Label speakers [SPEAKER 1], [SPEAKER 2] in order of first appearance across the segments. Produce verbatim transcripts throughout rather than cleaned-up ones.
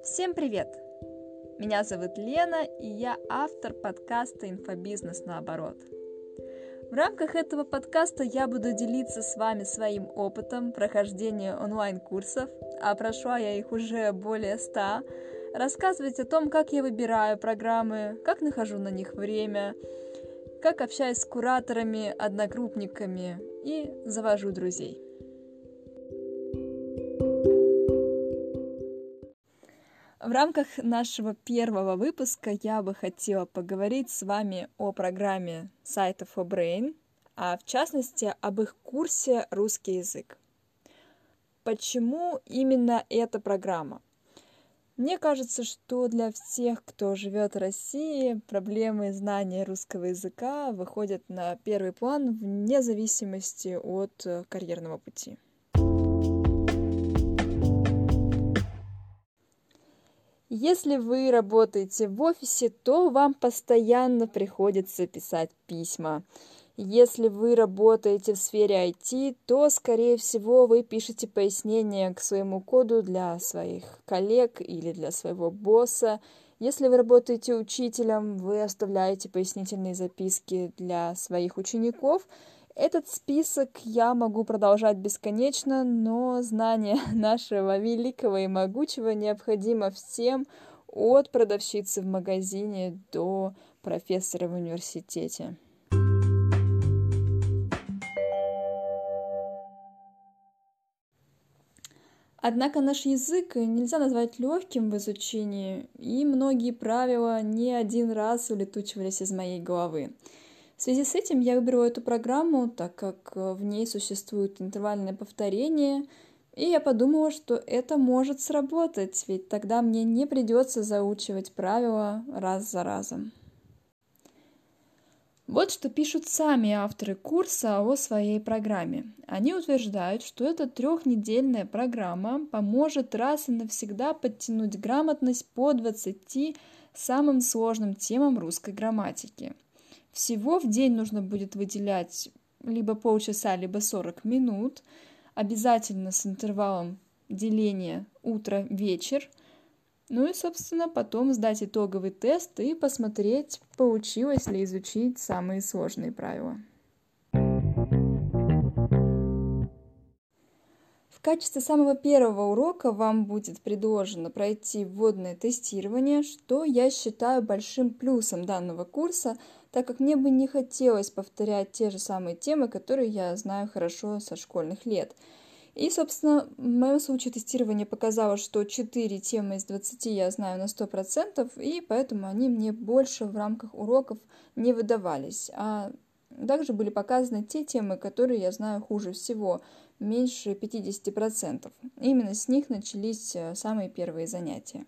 [SPEAKER 1] Всем привет! Меня зовут Лена, и я автор подкаста «Инфобизнес наоборот». В рамках этого подкаста я буду делиться с вами своим опытом прохождения онлайн-курсов, а прошла я их уже более ста, рассказывать о том, как я выбираю программы, как нахожу на них время, как общаюсь с кураторами, одногруппниками и завожу друзей. В рамках нашего первого выпуска я бы хотела поговорить с вами о программе сайта фор брейн, а в частности об их курсе «Русский язык». Почему именно эта программа? Мне кажется, что для всех, кто живет в России, проблемы знания русского языка выходят на первый план вне зависимости от карьерного пути. Если вы работаете в офисе, то вам постоянно приходится писать письма. Если вы работаете в сфере ай ти, то, скорее всего, вы пишете пояснения к своему коду для своих коллег или для своего босса. Если вы работаете учителем, вы оставляете пояснительные записки для своих учеников. Этот список я могу продолжать бесконечно, но знание нашего великого и могучего необходимо всем, от продавщицы в магазине до профессора в университете. Однако наш язык нельзя назвать легким в изучении, и многие правила не один раз улетучивались из моей головы. В связи с этим я выберу эту программу, так как в ней существует интервальное повторение, и я подумала, что это может сработать, ведь тогда мне не придется заучивать правила раз за разом. Вот что пишут сами авторы курса о своей программе. Они утверждают, что эта трехнедельная программа поможет раз и навсегда подтянуть грамотность по двадцати самым сложным темам русской грамматики. Всего в день нужно будет выделять либо полчаса, либо сорок минут, обязательно с интервалом деления утро-вечер. Ну и, собственно, потом сдать итоговый тест и посмотреть, получилось ли изучить самые сложные правила. В качестве самого первого урока вам будет предложено пройти вводное тестирование, что я считаю большим плюсом данного курса, так как мне бы не хотелось повторять те же самые темы, которые я знаю хорошо со школьных лет. И, собственно, в моем случае тестирование показало, что четыре темы из двадцати я знаю на сто процентов, и поэтому они мне больше в рамках уроков не выдавались. А также были показаны те темы, которые я знаю хуже всего, меньше пятьдесят процентов. Именно с них начались самые первые занятия.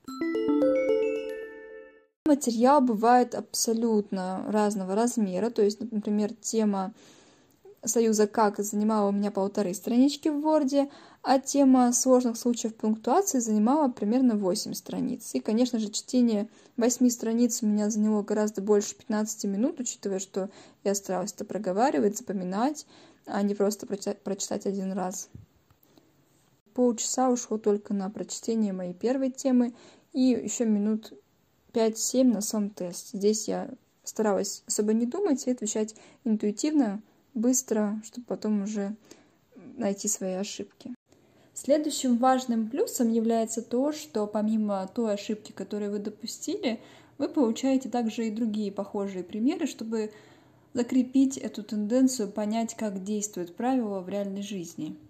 [SPEAKER 1] Материал бывает абсолютно разного размера, то есть, например, тема союза «как» занимала у меня полторы странички в Word, а тема сложных случаев пунктуации занимала примерно восемь страниц. И, конечно же, чтение восьми страниц у меня заняло гораздо больше пятнадцати минут, учитывая, что я старалась это проговаривать, запоминать, а не просто прочитать, прочитать один раз. Полчаса ушло только на прочтение моей первой темы и еще минут пять-семь на сам тест. Здесь я старалась особо не думать и отвечать интуитивно, быстро, чтобы потом уже найти свои ошибки. Следующим важным плюсом является то, что помимо той ошибки, которую вы допустили, вы получаете также и другие похожие примеры, чтобы закрепить эту тенденцию, понять, как действуют правила в реальной жизни.